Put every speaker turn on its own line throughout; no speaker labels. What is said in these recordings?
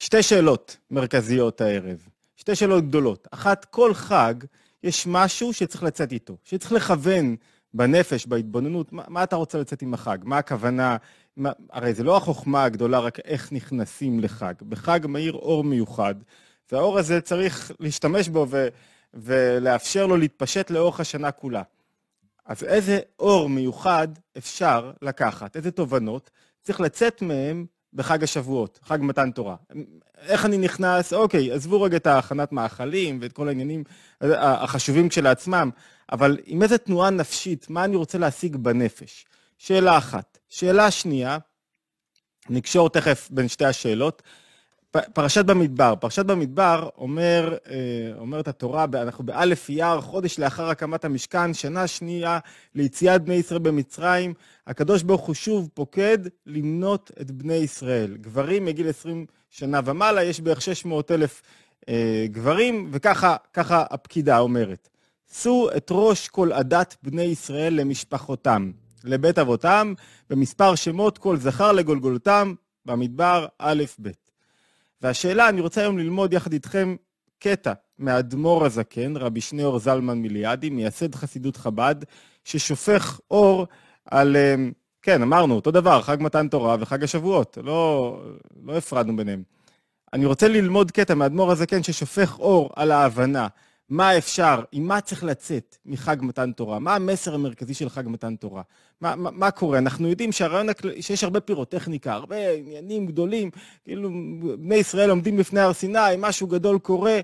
שתי שאלות מרכזיות הערב, שתי שאלות גדולות. אחת, כל חג יש משהו שצריך לצאת איתו, שצריך לכוון בנפש, בהתבוננות, מה אתה רוצה לצאת עם החג? מה הכוונה? הרי זה לא החוכמה הגדולה, רק איך נכנסים לחג. בחג מאיר אור מיוחד, והאור הזה צריך להשתמש בו ולאפשר לו להתפשט לאורך השנה כולה. אז איזה אור מיוחד אפשר לקחת? איזה תובנות צריך לצאת מהם בחג השבועות, חג מתן תורה? איך אני נכנס? אוקיי, עזבו רגע את ההכנת מאכלים ואת כל העניינים החשובים כשלעצמם, אבל עם איזה תנועה נפשית, מה אני רוצה להשיג בנפש? שאלה אחת. שאלה שנייה, נקשור תכף בין שתי השאלות, פרשת במדבר. פרשת במדבר אומרת התורה, אנחנו באלף אייר, חודש לאחר הקמת המשכן, שנה שנייה ליציאת בני ישראל במצרים, הקדוש ברוך הוא שוב פוקד למנות את בני ישראל. גברים מגיל 20 שנה ומעלה, יש בערך 600,000 גברים, וככה הפקידה אומרת. שאו את ראש כל עדת בני ישראל למשפחותם, לבית אבותם, במספר שמות כל זכר לגולגולתם, במדבר א' ב'. והשאלה, אני רוצה היום ללמוד יחד איתכם קטע מהאדמו"ר הזקן, רבי שניאור זלמן מיליאדי, מייסד חסידות חב"ד, ששופך אור על, כן, אמרנו, אותו דבר, חג מתן תורה וחג השבועות, לא הפרדנו ביניהם. אני רוצה ללמוד קטע מהאדמו"ר הזקן ששופך אור על ההבנה, מה אפשר, עם מה צריך לצאת מחג מתן תורה, מה המסר המרכזי של חג מתן תורה, מה קורה? אנחנו יודעים שיש הרבה פירוטכניקה, הרבה עניינים גדולים, כאילו בני ישראל עומדים בפני הר סיני, משהו גדול קורה,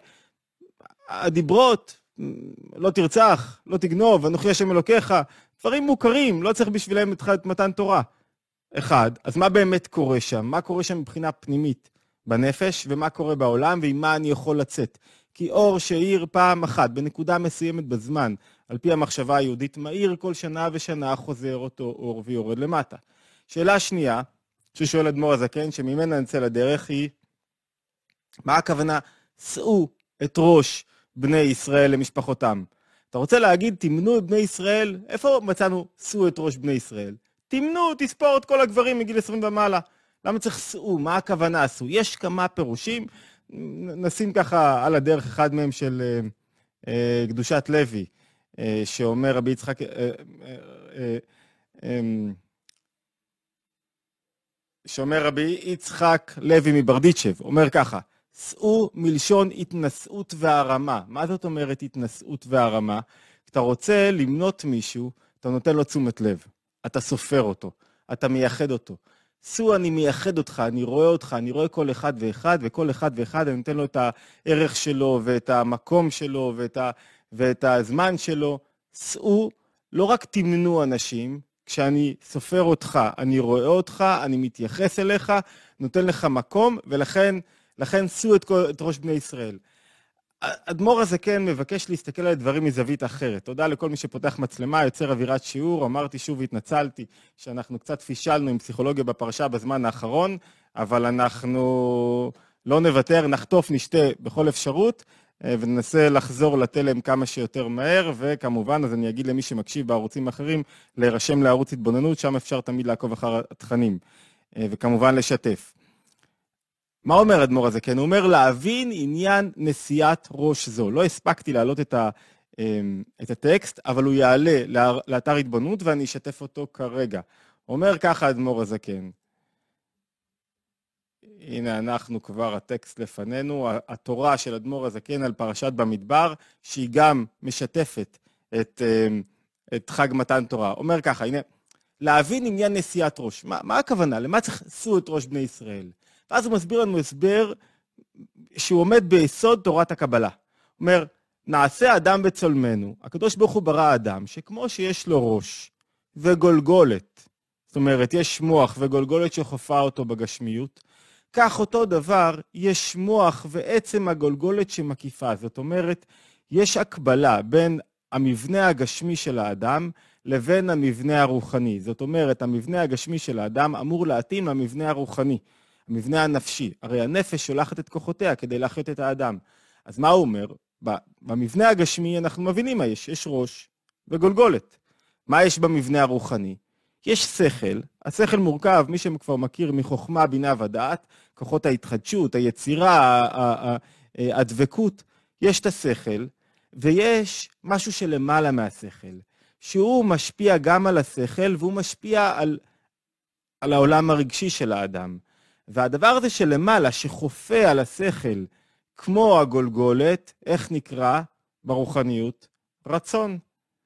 הדיברות, לא תרצח, לא תגנוב, אנוכי השם אלוקיך, דברים מוכרים, לא צריך בשבילם את מתן תורה. אחד, אז מה באמת קורה שם? מה קורה שם מבחינה פנימית בנפש, ומה קורה בעולם, ועם מה אני יכול לצאת? כי אור שאיר פעם אחת, בנקודה מסוימת בזמן, על פי המחשבה היהודית, מאיר כל שנה ושנה חוזר אותו אור ויורד למטה. שאלה שנייה, ששואל אדמו"ר הזקן, שממנה נצא לדרך, היא, מה הכוונה? שאו את ראש בני ישראל למשפחותם. אתה רוצה להגיד, תמנו את בני ישראל? איפה מצאנו שאו את ראש בני ישראל? תמנו, תספור את כל הגברים מגיל 20 ומעלה. למה צריך שאו? מה הכוונה שאו? יש כמה פירושים, נשים ככה על הדרך אחד מהם של קדושת לוי, שאומר רבי יצחק, שאומר רבי יצחק לוי מברדיצ'ב, אומר ככה, שאו מלשון התנשאות והרמה. מה זאת אומרת התנשאות והרמה? כשאתה רוצה למנות מישהו, אתה נותן לו תשומת לב, אתה סופר אותו, אתה מייחד אותו. שאו, אני מייחד אותך, אני רואה אותך, אני רואה כל אחד ואחד, וכל אחד ואחד אני נותן לו את הערך שלו, ואת המקום שלו, ואת הזמן שלו. שאו, לא רק תמנו אנשים, כשאני סופר אותך, אני רואה אותך, אני מתייחס אליך, נותן לך מקום, ולכן שאו את ראש בני ישראל. אדמו"ר הזקן מבקש להסתכל על הדברים מזווית אחרת. תודה לכל מי שפותח מצלמה, יוצר אווירת שיעור. אמרתי שוב והתנצלתי שאנחנו קצת פישלנו עם פסיכולוגיה בפרשה בזמן האחרון, אבל אנחנו לא נוותר, נחטוף, נשתה בכל אפשרות, וננסה לחזור לתלם כמה שיותר מהר, וכמובן, אז אני אגיד למי שמקשיב בערוצים אחרים, להירשם לערוץ התבוננות, שם אפשר תמיד לעקוב אחר התכנים, וכמובן לשתף. מה אומר אדמו"ר הזה? כן, הוא אומר להבין עניין נשיאת ראש זו. לא הספקתי להעלות את הטקסט, אבל הוא יעלה לאתר התבוננות ואני אשתף אותו כרגע. אומר ככה אדמו"ר הזה, כן. הנה אנחנו כבר, הטקסט לפנינו, התורה של אדמו"ר הזה, כן, על פרשת במדבר, שהיא גם משתפת את חג מתן תורה. אומר ככה, הנה, להבין עניין נשיאת ראש. מה הכוונה? למה צריך שאו את ראש בני ישראל? ואז הוא מסביר לנו הסבר שהוא עומד ביסוד תורת הקבלה. הוא אומר, נעשה אדם בצלמנו. הקדוש ברוך הוא ברא אדם, שכמו שיש לו ראש וגולגולת, זאת אומרת, יש מוח וגולגולת שחופה אותו בגשמיות, כך אותו דבר יש מוח ועצם הגולגולת שמקיפה. זאת אומרת, יש הקבלה בין המבנה הגשמי של האדם לבין המבנה הרוחני. זאת אומרת, המבנה הגשמי של האדם אמור להתאים למבנה הרוחני. המבנה הנפשי, הרי הנפש שולחת את כוחותיה כדי להחיות את האדם. אז מה הוא אומר? במבנה הגשמי אנחנו מבינים מה יש, יש ראש וגולגולת. מה יש במבנה הרוחני? יש שכל, השכל מורכב, מי שכבר מכיר מחוכמה, בינה ודעת, כוחות ההתחדשות, היצירה, הדבקות, יש את השכל, ויש משהו שלמעלה מהשכל, שהוא משפיע גם על השכל, והוא משפיע על העולם הרגשי של האדם. והדבר הזה שלמעלה, שחופה על השכל, כמו הגולגולת, איך נקרא ברוחניות? רצון.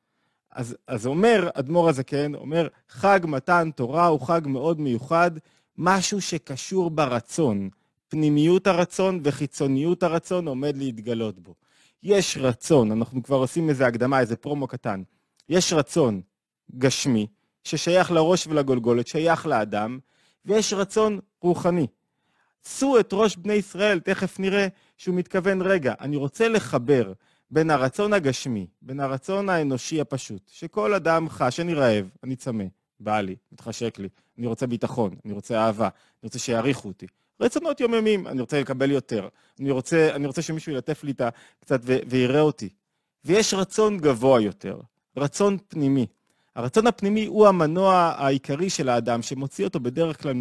אז אומר אדמו"ר הזקן, אומר, חג מתן תורה הוא חג מאוד מיוחד, משהו שקשור ברצון. פנימיות הרצון וחיצוניות הרצון עומד להתגלות בו. יש רצון, אנחנו כבר עושים איזה הקדמה, איזה פרומו קטן. יש רצון גשמי, ששייך לראש ולגולגולת, שייך לאדם, ויש רצון רוחני. שאו את ראש בני ישראל, תכף נראה שהוא מתכוון, רגע, אני רוצה לחבר בין הרצון הגשמי, בין הרצון האנושי הפשוט, שכל אדם חש, אני רעב, אני צמא, בא לי, מתחשק לי, אני רוצה ביטחון, אני רוצה אהבה, אני רוצה שיעריכו אותי. רצונות יוממים, אני רוצה לקבל יותר, אני רוצה שמישהו ילטף לי קצת ויראה אותי. ויש רצון גבוה יותר, רצון פנימי. הרצון הפנימי הוא המנוע העיקרי של האדם, שמוציא אותו בדרך כלל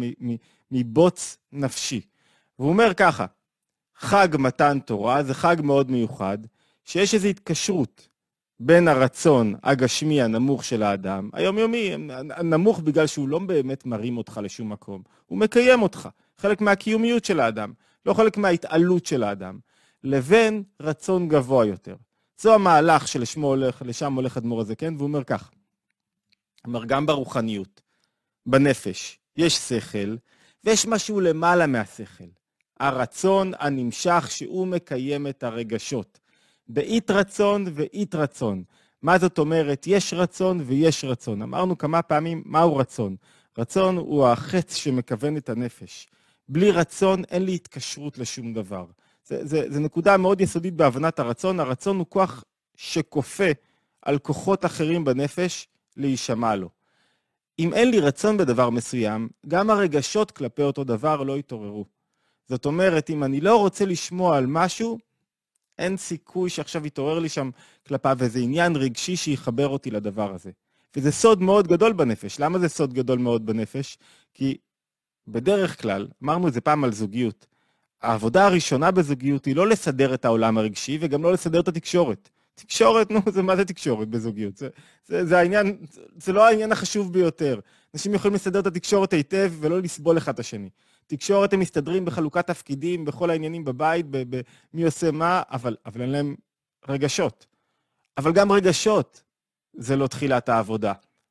מבוץ נפשי. והוא אומר ככה, חג מתן תורה זה חג מאוד מיוחד, שיש איזו התקשרות בין הרצון הגשמי הנמוך של האדם, היומיומי, הנמוך בגלל שהוא לא באמת מרים אותך לשום מקום, הוא מקיים אותך, חלק מהקיומיות של האדם, לא חלק מההתעלות של האדם, לבין רצון גבוה יותר. זו המהלך לשם הולך אדמו"ר הזקן, והוא אומר כך, אומר גם ברוחניות, בנפש, יש שכל, ויש משהו למעלה מהשכל, הרצון הנמשך שהוא מקיים את הרגשות, באית רצון ואית רצון. מה זאת אומרת? יש רצון ויש רצון. אמרנו כמה פעמים מהו רצון. רצון הוא החץ שמכוון את הנפש. בלי רצון אין לי התקשרות לשום דבר. זה נקודה מאוד יסודית בהבנת הרצון. הרצון הוא כוח שכופה על כוחות אחרים בנפש להישמע לו. אם אין לי רצון בדבר מסוים, גם הרגשות כלפי אותו דבר לא יתעוררו. זאת אומרת, אם אני לא רוצה לשמוע על משהו, אין סיכוי שעכשיו יתעורר לי שם כלפיו איזה עניין רגשי שיחבר אותי לדבר הזה. וזה סוד מאוד גדול בנפש. למה זה סוד גדול מאוד בנפש? כי בדרך כלל, אמרנו את זה פעם על זוגיות, העבודה הראשונה בזוגיות היא לא לסדר את העולם הרגשי וגם לא לסדר את התקשורת. תקשורת, מה זה תקשורת בזוגיות? זה העניין, זה לא העניין החשוב ביותר. אנשים יכולים לסדר את התקשורת היטב ולא לסבול אחד את השני. תקשורת הם מסתדרים בחלוקת תפקידים, בכל העניינים בבית, מי עושה מה, אבל אין להם רגשות. אבל גם רגשות זה לא תחילת העבודה.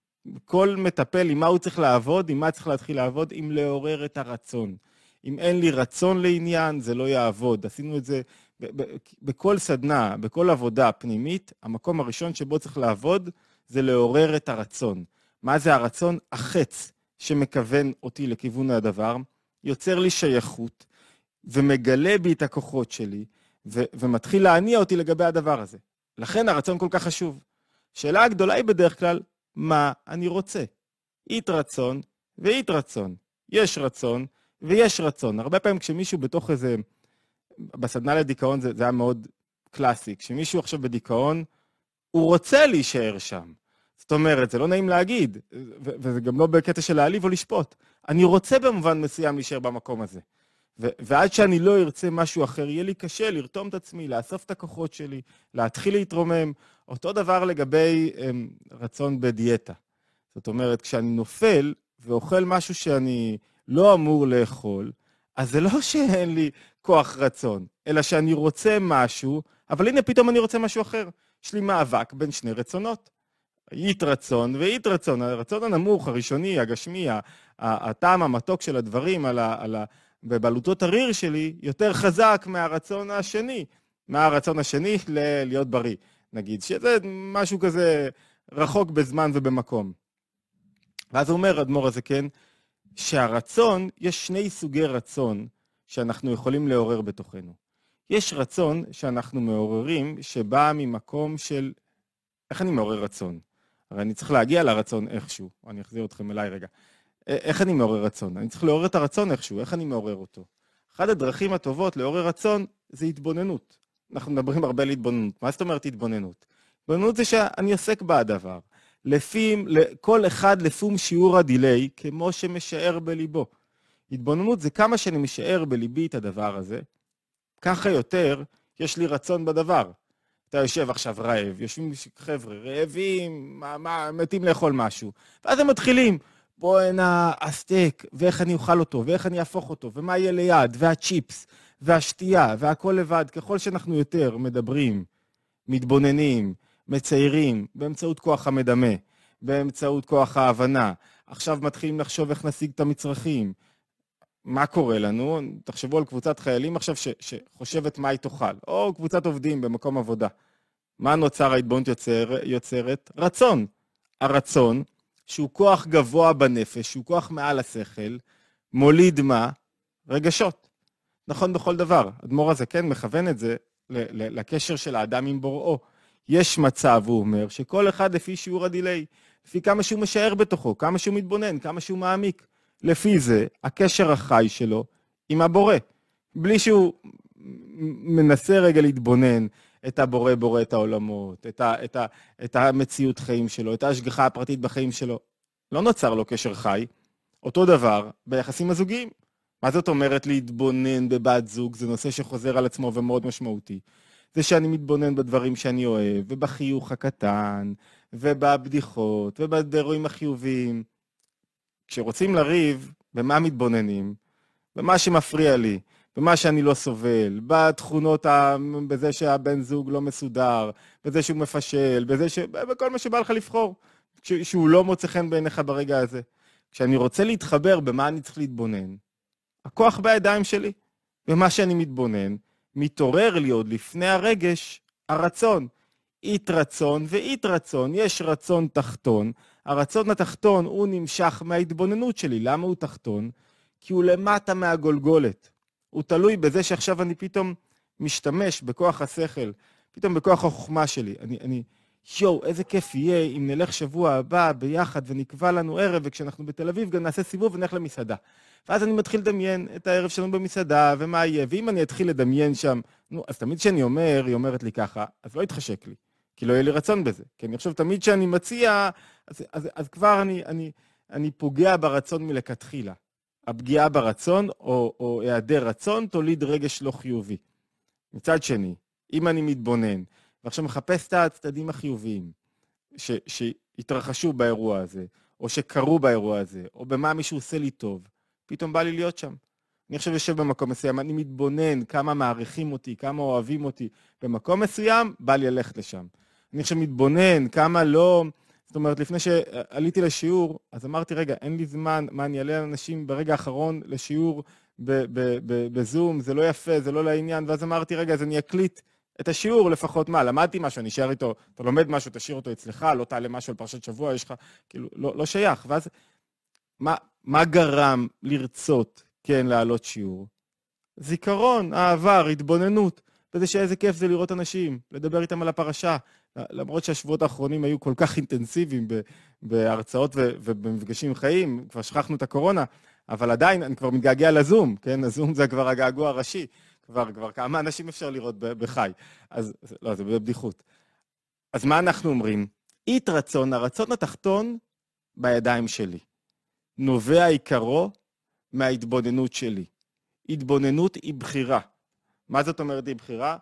כל מטפל עם מה הוא צריך לעבוד, עם מה צריך להתחיל לעבוד, עם לעורר את הרצון. אם אין לי רצון לעניין, זה לא יעבוד. עשינו את זה בכל סדנה, בכל עבודה פנימית, המקום הראשון שבו צריך לעבוד, זה לעורר את הרצון. מה זה הרצון? החץ שמכוון אותי לכיוון הדבר, יוצר לי שייכות, ומגלה בי את הכוחות שלי, ומתחיל להניע אותי לגבי הדבר הזה. לכן הרצון כל כך חשוב. שאלה הגדולה היא בדרך כלל, מה אני רוצה? אית רצון ואית רצון. יש רצון ויש רצון. הרבה פעמים כשמישהו בתוך איזה, בסדנה לדיכאון זה היה מאוד קלאסי. כשמישהו עכשיו בדיכאון, הוא רוצה להישאר שם. זאת אומרת, זה לא נעים להגיד, וזה גם לא בקטע של להעליב או לשפוט. אני רוצה במובן מסוים להישאר במקום הזה. ועד שאני לא ארצה משהו אחר, יהיה לי קשה לרתום את עצמי, לאסוף את הכוחות שלי, להתחיל להתרומם. אותו דבר לגבי רצון בדיאטה. זאת אומרת, כשאני נופל ואוכל משהו שאני לא אמור לאכול, אז זה לא שאין לי כוח רצון, אלא שאני רוצה משהו, אבל הנה פתאום אני רוצה משהו אחר. יש לי מאבק בין שני רצונות. אית רצון ואית רצון. הרצון הנמוך, הראשוני, הגשמי, הטעם המתוק של הדברים בבלוטות הריר שלי, יותר חזק מהרצון השני. מה הרצון השני? להיות בריא. נגיד, שזה משהו כזה רחוק בזמן ובמקום. ואז הוא אומר, אדמו"ר הזקן, שהרצון, יש שני סוגי רצון שאנחנו יכולים לעורר בתוכנו. יש רצון שאנחנו מעוררים שבא ממקום של, איך אני מעורר רצון? הרי אני צריך להגיע לרצון איכשהו, אני אחזיר אתכם אליי רגע. איך אני מעורר רצון? אני צריך לעורר את הרצון איכשהו, איך אני מעורר אותו? אחת הדרכים הטובות לעורר רצון זה התבוננות. אנחנו מדברים הרבה על התבוננות. מה זאת אומרת התבוננות? התבוננות זה שאני עוסק בדבר. כל אחד לפום שיעור הדילי, כמו שמשער בליבו. התבוננות זה כמה שאני משער בליבי את הדבר הזה, ככה יותר יש לי רצון בדבר. אתה יושב עכשיו רעב, יושבים חבר'ה רעבים, מתים לאכול משהו, ואז הם מתחילים, בוא הנה הסטייק, ואיך אני אוכל אותו, ואיך אני אהפוך אותו, ומה יהיה ליד, והצ'יפס, והשתייה, והכל לבד. ככל שאנחנו יותר מדברים, מתבוננים, מציירים, באמצעות כוח המדמה, באמצעות כוח ההבנה, עכשיו מתחילים לחשוב איך נשיג את המצרכים. מה קורה לנו? תחשבו על קבוצת חיילים עכשיו שחושבת מה היא תאכל, או קבוצת עובדים במקום עבודה. מה נוצר ההתבוננות יוצרת? רצון. הרצון, שהוא כוח גבוה בנפש, שהוא כוח מעל השכל, מוליד מה? רגשות. נכון בכל דבר. אדמו"ר הזה כן מכוון את זה לקשר של האדם עם בוראו. יש מצב, הוא אומר, שכל אחד לפי שיעור הדילי, לפי כמה שהוא משער בתוכו, כמה שהוא מתבונן, כמה שהוא מעמיק. לפי זה, הקשר החי שלו עם הבורא. בלי שהוא מנסה רגע להתבונן את הבורא, בורא את העולמות, את המציאות חיים שלו, את ההשגחה הפרטית בחיים שלו. לא נוצר לו קשר חי. אותו דבר ביחסים הזוגיים. מה זאת אומרת להתבונן בבת זוג? זה נושא שחוזר על עצמו ומאוד משמעותי. זה שאני מתבונן בדברים שאני אוהב, ובחיוך הקטן, ובבדיחות, ובדברים החיוביים. כשרוצים לריב, במה מתבוננים? במה שמפריע לי, במה שאני לא סובל, בתכונות, בזה שהבן זוג לא מסודר, בזה שהוא מפשל, בכל מה שבא לך לבחור, שהוא לא מוצא חן בעיניך ברגע הזה. כשאני רוצה להתחבר במה אני צריך להתבונן, הכוח בידיים שלי, במה שאני מתבונן, מתעורר לי עוד לפני הרגש, הרצון. אית רצון ואית רצון, יש רצון תחתון, הרצון התחתון הוא נמשך מההתבוננות שלי. למה הוא תחתון? כי הוא למטה מהגולגולת. הוא תלוי בזה שעכשיו אני פתאום משתמש בכוח השכל, פתאום בכוח החוכמה שלי. איזה כיף יהיה אם נלך שבוע הבא ביחד ונקבע לנו ערב, וכשאנחנו בתל אביב גם נעשה סיבוב ונלך למסעדה. ואז אני מתחיל לדמיין את הערב שלנו במסעדה ומה יהיה, ואם אני אתחיל לדמיין שם, אז תמיד שאני אומר, היא אומרת לי ככה, אז לא יתחשק לי. כי לא יהיה לי רצון בזה. כי אני חושב תמיד שאני מציע, אז כבר אני פוגע ברצון מלכתחילה. הפגיעה ברצון או היעדר רצון תוליד רגש לא חיובי. מצד שני, אם אני מתבונן, ועכשיו מחפש את הצדדים החיוביים שהתרחשו באירוע הזה, או שקרו באירוע הזה, או במה מישהו עושה לי טוב, פתאום בא לי להיות שם. אני עכשיו יושב במקום מסוים, אני מתבונן כמה מעריכים אותי, כמה אוהבים אותי. במקום מסוים, בא לי ללכת לשם. אני עכשיו מתבונן כמה לא... זאת אומרת, לפני שעליתי לשיעור, אז אמרתי, רגע, אין לי זמן, מה אני אעלה לאנשים ברגע האחרון לשיעור בזום, זה לא יפה, זה לא לעניין, ואז אמרתי, רגע, אז אני אקליט את השיעור לפחות, מה, למדתי משהו, אני אשאר איתו, אתה לומד משהו, תשאיר אותו אצלך, לא תעלה משהו על פרשת שבוע, יש לך, כאילו, לא שייך. ואז, מה גרם לרצות, כן, לעלות שיעור? זיכרון, העבר, התבוננות, וזה שאיזה כיף זה לראות אנשים, לדבר איתם על הפרשה, למרות שהשבועות האחרונים היו כל כך אינטנסיביים בהרצאות ובמפגשים חיים, כבר שכחנו את הקורונה, אבל עדיין אני כבר מתגעגע לזום, כן? הזום זה כבר הגעגוע הראשי, כבר כמה אנשים אפשר לראות בחי, אז לא, זה בבדיחות. אז מה אנחנו אומרים? אית רצון, הרצון התחתון בידיים שלי. נובע עיקרו מההתבוננות שלי. התבוננות היא בחירה. מה זאת אומרת היא בחירה?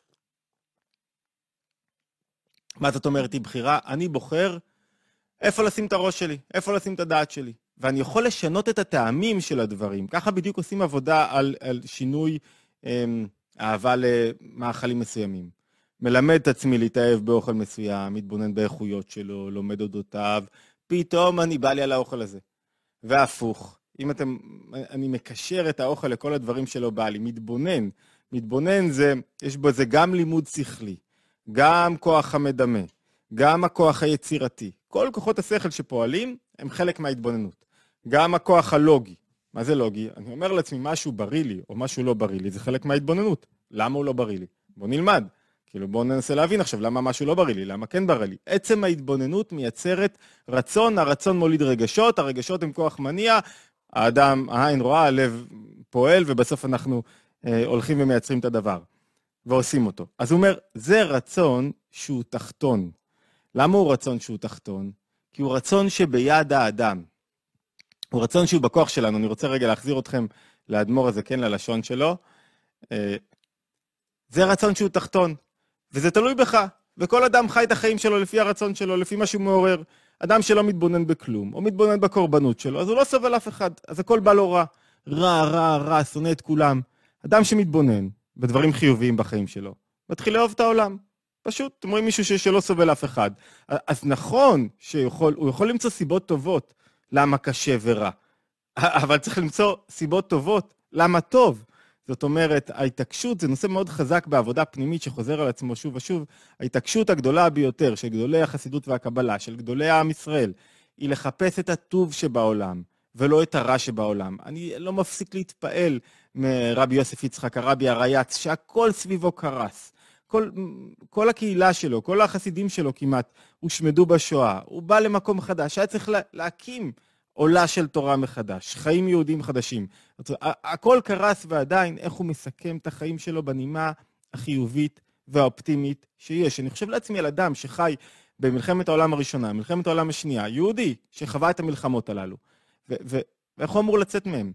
מה זאת אומרת היא בחירה? אני בוחר איפה לשים את הראש שלי, איפה לשים את הדעת שלי. ואני יכול לשנות את הטעמים של הדברים. ככה בדיוק עושים עבודה על שינוי אהבה למאכלים מסוימים. מלמד את עצמי להתאהב באוכל מסוים, מתבונן באיכויות שלו, לומד אודותיו, פתאום אני בא לי על האוכל הזה. והפוך, אם אני מקשר את האוכל לכל הדברים שלא בא לי, מתבונן זה, יש בו זה גם לימוד שכלי, גם כוח המדמה, גם הכוח היצירתי. כל כוחות השכל שפועלים הם חלק מההתבוננות. גם הכוח הלוגי. מה זה לוגי? אני אומר לעצמי משהו בריא לי או משהו לא בריא לי, זה חלק מההתבוננות. למה הוא לא בריא לי? בוא נלמד. כאילו בואו ננסה להבין עכשיו למה משהו לא בריא לי, למה כן בריא לי. עצם ההתבוננות מייצרת רצון, הרצון מוליד רגשות, הרגשות הם כוח מניע, האדם, העין רואה, הלב פועל, ובסוף אנחנו הולכים ומייצרים את הדבר, ועושים אותו. אז הוא אומר, זה רצון שהוא תחתון. למה הוא רצון שהוא תחתון? כי הוא רצון שביד האדם. הוא רצון שהוא בכוח שלנו. אני רוצה רגע להחזיר אתכם לאדמו"ר הזה, כן, ללשון שלו. זה רצון שהוא תחתון, וזה תלוי בך. וכל אדם חי את החיים שלו לפי הרצון שלו, לפי מה שהוא מעורר. אדם שלא מתבונן בכלום, או מתבונן בקורבנות שלו, אז הוא לא סובל אף אחד. אז הכל בא לו רע. רע, שונא את כולם. אדם שמתבונן בדברים חיוביים בחיים שלו, מתחיל לאהוב את העולם. פשוט, אתם רואים מישהו שלא סובל אף אחד. אז נכון שהוא יכול למצוא סיבות טובות למה קשה ורע. אבל צריך למצוא סיבות טובות למה טוב. זאת אומרת, ההתעקשות זה נושא מאוד חזק בעבודה פנימית שחוזר על עצמו שוב ושוב. ההתעקשות הגדולה ביותר של גדולי החסידות והקבלה, של גדולי העם ישראל, היא לחפש את הטוב שבעולם, ולא את הרע שבעולם. אני לא מפסיק להתפעל מרבי יוסף יצחק, הרבי הרייץ, שהכל סביבו קרס. כל הקהילה שלו, כל החסידים שלו כמעט, הושמדו בשואה. הוא בא למקום חדש, היה צריך להקים עולה של תורה מחדש, חיים יהודים חדשים. הכל קרס ועדיין איך הוא מסכם את החיים שלו בנימה החיובית והאופטימית שיש. אני חושב לעצמי על אדם שחי במלחמת העולם הראשונה, מלחמת העולם השנייה, יהודי שחווה את המלחמות הללו. ואיך הוא אמור לצאת מהם?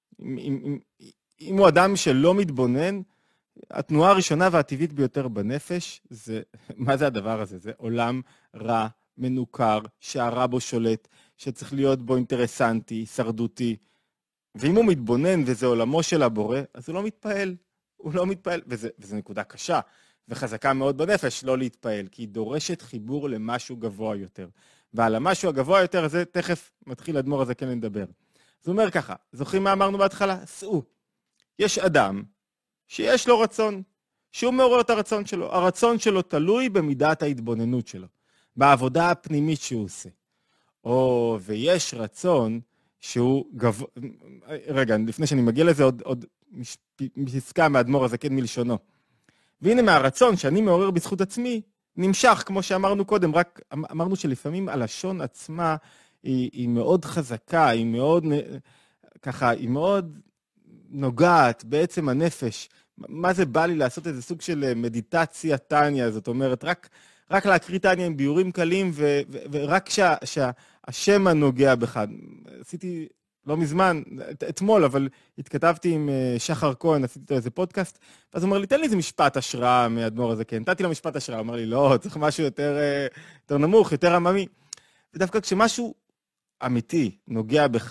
אם הוא אדם שלא מתבונן, התנועה הראשונה והטבעית ביותר בנפש, מה זה הדבר הזה? זה עולם רע, מנוכר, שהרע בו שולט, שצריך להיות בו אינטרסנטי, הישרדותי. ואם הוא מתבונן וזה עולמו של הבורא, אז הוא לא מתפעל. הוא לא מתפעל, וזו נקודה קשה וחזקה מאוד בנפש, לא להתפעל, כי היא דורשת חיבור למשהו גבוה יותר. ועל המשהו הגבוה יותר הזה, תכף מתחיל האדמו"ר הזה כן לדבר. אז הוא אומר ככה, זוכרים מה אמרנו בהתחלה? סעו. יש אדם שיש לו רצון, שהוא מעורר את הרצון שלו. הרצון שלו תלוי במידת ההתבוננות שלו, בעבודה הפנימית שהוא עושה. ויש רצון שהוא גבוה... רגע, לפני שאני מגיע לזה, עוד פסקה מהאדמו"ר הזה כן מלשונו. והנה מהרצון שאני מעורר בזכות עצמי, נמשך, כמו שאמרנו קודם, רק אמרנו שלפעמים הלשון עצמה היא מאוד חזקה, היא מאוד ככה, היא מאוד נוגעת בעצם הנפש. מה זה בא לי לעשות איזה סוג של מדיטציה טניה, זאת אומרת, רק להקריא טניה עם ביורים קלים, ורק שהשם הנוגע בך. עשיתי לא מזמן, אתמול, אבל התכתבתי עם שחר כהן, עשיתי איזה פודקאסט, ואז הוא אומר לי, תן לי איזה משפט השראה מהאדמו"ר הזה, כן, נתתי לו משפט השראה, הוא אומר לי, לא, צריך משהו יותר נמוך, יותר עממי. ודווקא כשמשהו אמיתי, נוגע בך,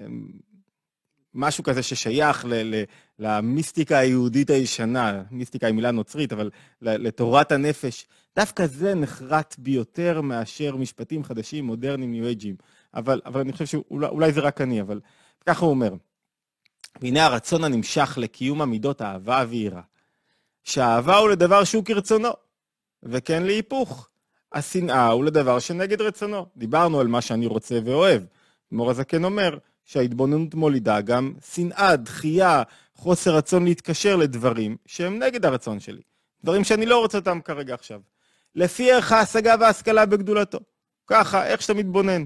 משהו כזה ששייך למיסטיקה היהודית הישנה, מיסטיקה היא מילה נוצרית, אבל לתורת הנפש, דווקא זה נחרט ביותר מאשר משפטים חדשים, מודרניים, ניו-אייג'ים. אבל אני חושב שאולי זה רק אני, אבל ככה הוא אומר. והנה הרצון הנמשך לקיום המידות אהבה ויראה. שהאהבה הוא לדבר שהוא כרצונו, וכן להיפוך. השנאה הוא לדבר שנגד רצונו. דיברנו על מה שאני רוצה ואוהב. האדמו"ר הזקן אומר שההתבוננות מולידה גם שנאה, דחייה, חוסר רצון להתקשר לדברים שהם נגד הרצון שלי. דברים שאני לא רוצה אותם כרגע עכשיו. לפי ערך ההשגה וההשכלה בגדולתו. ככה, איך שאתה מתבונן.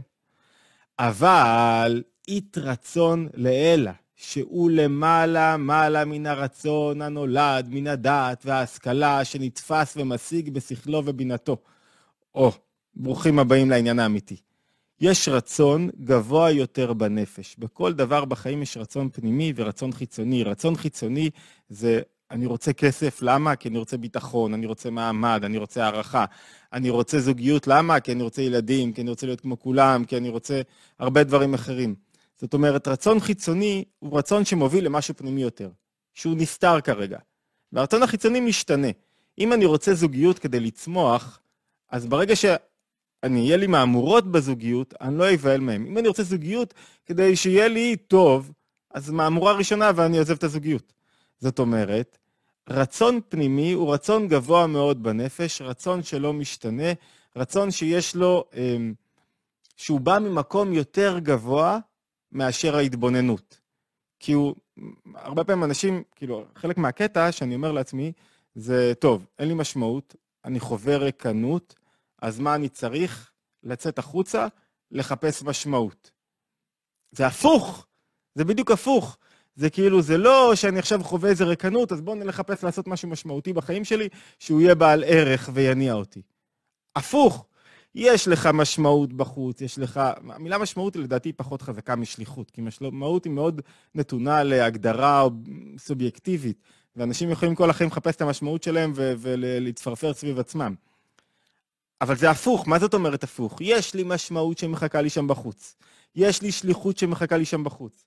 אבל אית רצון לאלה, שהוא למעלה, מעלה מן הרצון הנולד, מן הדעת וההשכלה שנתפס ומשיג בשכלו ובינתו. ברוכים הבאים לעניין האמיתי. יש רצון גבוה יותר בנפש. בכל דבר בחיים יש רצון פנימי ורצון חיצוני. רצון חיצוני זה, אני רוצה כסף, למה? כי אני רוצה ביטחון, אני רוצה מעמד, אני רוצה הערכה. אני רוצה זוגיות, למה? כי אני רוצה ילדים, כי אני רוצה להיות כמו כולם, כי אני רוצה הרבה דברים אחרים. זאת אומרת, רצון חיצוני הוא רצון שמוביל למשהו פנימי יותר, שהוא נסתר כרגע. והרצון החיצוני משתנה. אם אני רוצה זוגיות כדי לצמוח, אז ברגע יהיה לי מאמורות בזוגיות, אני לא אבהל מהם. אם אני רוצה זוגיות כדי שיהיה לי טוב, אז מאמורה ראשונה ואני עוזב את הזוגיות. זאת אומרת, רצון פנימי הוא רצון גבוה מאוד בנפש, רצון שלא משתנה, רצון שיש לו, שהוא בא ממקום יותר גבוה מאשר ההתבוננות. כי הרבה פעמים אנשים, חלק מהקטע שאני אומר לעצמי, זה טוב, אין לי משמעות, אני חווה ריקנות, אז מה אני צריך? לצאת החוצה, לחפש משמעות. זה הפוך, זה בדיוק הפוך. זה זה לא שאני עכשיו חווה איזה ריקנות, אז בואו נחפש לעשות משהו משמעותי בחיים שלי, שהוא יהיה בעל ערך ויניע אותי. הפוך, יש לך משמעות בחוץ, יש לך... המילה משמעות היא לדעתי פחות חזקה משליחות, כי משמעות היא מאוד נתונה להגדרה סובייקטיבית, ואנשים יכולים כל החיים לחפש את המשמעות שלהם ולהתפרפר סביב עצמם. אבל זה הפוך, מה זאת אומרת הפוך? יש לי משמעות שמחכה לי שם בחוץ. יש לי שליחות שמחכה לי שם בחוץ.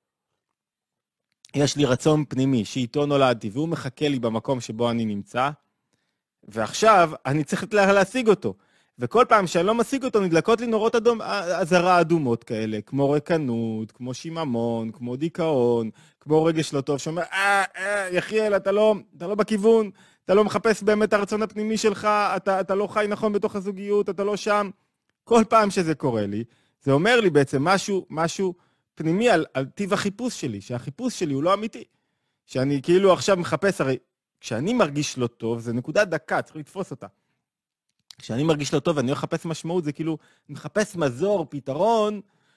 יש לי רצון פנימי שאיתו נולדתי, והוא מחכה לי במקום שבו אני נמצא, ועכשיו אני צריך להשיג אותו. וכל פעם שאני לא משיג אותו, נדלקות לי נורות אזהרה אדומות כאלה, כמו ריקנות, כמו שיממון, כמו דיכאון, כמו רגש לא טוב, שאומר, יחיאל, אתה לא בכיוון, אתה לא מחפש באמת את הרצון הפנימי שלך, אתה לא חי נכון בתוך הזוגיות, אתה לא שם. כל פעם שזה קורה לי, זה אומר לי בעצם משהו פנימי על טיב החיפוש שלי, שהחיפוש שלי הוא לא אמיתי. שאני כאילו עכשיו מחפש, הרי כשאני מרגיש לא טוב, זה נקודה דקה, צריך לתפוס אותה. כשאני מרגיש לא טוב ואני לא מחפש משמעות, זה כאילו מחפש מזור, פתרון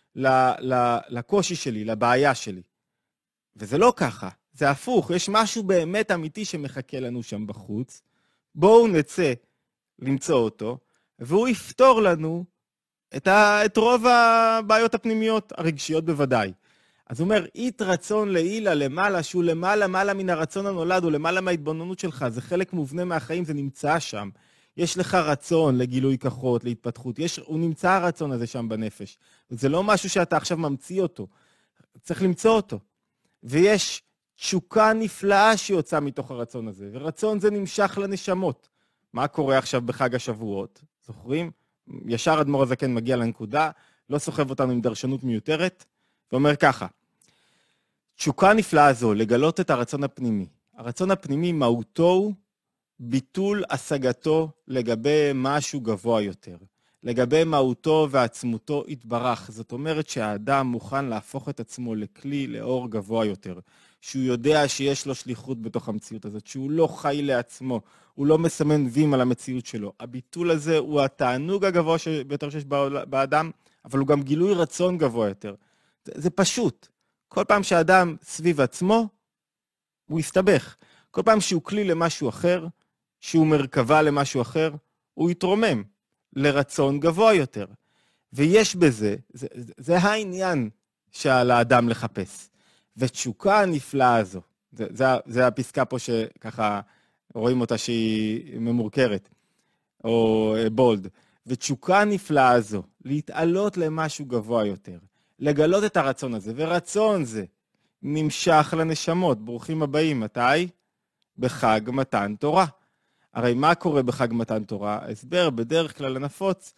לקושי שלי, לבעיה שלי. וזה לא ככה, זה הפוך, יש משהו באמת אמיתי שמחכה לנו שם בחוץ, בואו נצא למצוא אותו, והוא יפתור לנו את רוב הבעיות הפנימיות, הרגשיות בוודאי. אז הוא אומר, אית רצון לעילה למעלה, שהוא למעלה מן הרצון הנולד, הוא למעלה מההתבוננות שלך, זה חלק מובנה מהחיים, זה נמצא שם. יש לך רצון לגילוי כוחות, להתפתחות, הוא נמצא הרצון הזה שם בנפש. זה לא משהו שאתה עכשיו ממציא אותו, צריך למצוא אותו. ויש תשוקה נפלאה שיוצאה מתוך הרצון הזה, ורצון זה נמשך לנשמות. מה קורה עכשיו בחג השבועות? זוכרים? ישר אדמו"ר הזקן מגיע לנקודה, לא סוחב אותנו עם דרשנות מיותרת, ואומר ככה, תשוקה נפלאה זו, לגלות את הרצון הפנימי. הרצון הפנימי מהותו הוא ביטול השגתו לגבי משהו גבוה יותר. לגבי מהותו ועצמותו התברך. זאת אומרת שהאדם מוכן להפוך את עצמו לכלי לאור גבוה יותר. שהוא יודע שיש לו שליחות בתוך המציאות הזאת, שהוא לא חי לעצמו, הוא לא מסמן וים על המציאות שלו. הביטול הזה הוא התענוג הגבוה ביותר שיש באדם, אבל הוא גם גילוי רצון גבוה יותר. זה פשוט. כל פעם שהאדם סביב עצמו, הוא יסתבך. כל פעם שהוא כלי למשהו אחר, שהוא מרכבה למשהו אחר, הוא יתרומם לרצון גבוה יותר. ויש בזה, זה העניין שעל האדם לחפש. ותשוקה הנפלאה הזו, זה הפסקה פה שככה רואים אותה שהיא ממורכרת, או בולד. ותשוקה הנפלאה הזו, להתעלות למשהו גבוה יותר, לגלות את הרצון הזה, ורצון זה נמשך לנשמות. ברוכים הבאים, מתי? בחג מתן תורה. הרי מה קורה בחג מתן תורה? ההסבר בדרך כלל הנפוץ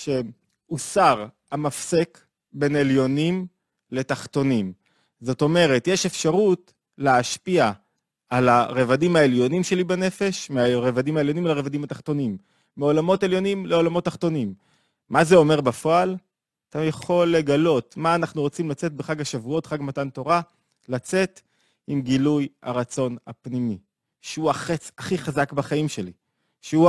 שהוסר המפסק בין עליונים לתחתונים. זאת אומרת, יש אפשרות להשפיע על הרבדים העליונים שלי בנפש, מהרבדים העליונים לרבדים התחתונים, מעולמות עליונים לעולמות תחתונים. מה זה אומר בפועל? אתה יכול לגלות מה אנחנו רוצים לצאת בחג השבועות, חג מתן תורה, לצאת עם גילוי הרצון הפנימי, שהוא החץ הכי חזק בחיים שלי, שהוא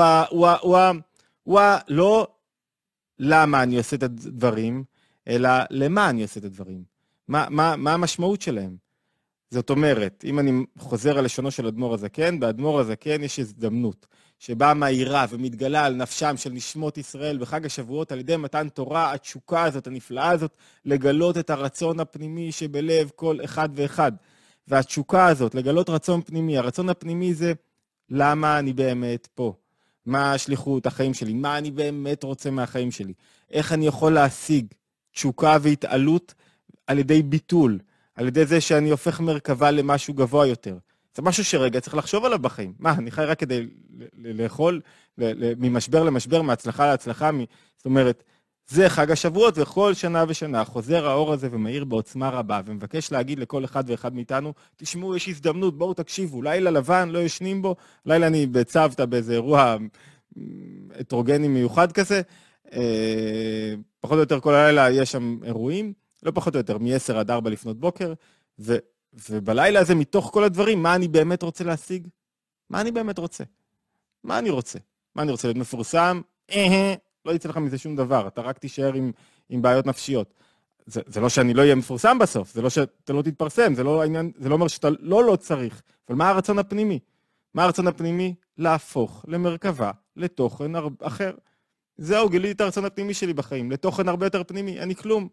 לא למה אני עושה את הדברים, אלא למה אני עושה את הדברים. מה המשמעות שלהם? זאת אומרת, אם אני חוזר על לשונו של אדמו"ר הזקן, באדמו"ר הזקן יש הזדמנות שבה מהירה ומתגלה על נפשם של נשמות ישראל בחג השבועות על ידי מתן תורה, התשוקה הזאת, הנפלאה הזאת, לגלות את הרצון הפנימי שבלב כל אחד ואחד. והתשוקה הזאת, לגלות רצון פנימי, הרצון הפנימי זה למה אני באמת פה, מה השליחות החיים שלי, מה אני באמת רוצה מהחיים שלי, איך אני יכול להשיג תשוקה והתעלות על ידי ביטול, על ידי זה שאני הופך מרכבה למשהו גבוה יותר. זה משהו שרגע צריך לחשוב עליו בחיים. מה, אני חי רק כדי לאכול ממשבר למשבר, מהצלחה להצלחה, זאת אומרת, זה חג השבועות, וכל שנה ושנה חוזר האור הזה ומאיר בעוצמה רבה, ומבקש להגיד לכל אחד ואחד מאיתנו, תשמעו, יש הזדמנות, בואו תקשיבו, לילה לבן, לא ישנים בו, לילה אני בצוותא באיזה אירוע הטרוגני מיוחד כזה, פחות או יותר כל הלילה יש שם אירועים, לא פחות או יותר, מ-10 עד 4 לפנות בוקר, ובלילה הזה מתוך כל הדברים, מה אני באמת רוצה להשיג? מה אני באמת רוצה? מה אני רוצה? מה אני רוצה להיות מפורסם? לא יצא לך מזה שום דבר, אתה רק תישאר עם בעיות נפשיות. זה לא שאני לא אהיה מפורסם בסוף, זה לא שאתה לא תתפרסם, זה לא אומר שאתה לא צריך, אבל מה הרצון הפנימי? מה הרצון הפנימי? להפוך למרכבה, לתוכן אחר. זהו, גיליתי את הרצון הפנימי שלי בחיים, לתוכן הרבה יותר פנימי, אני כלום.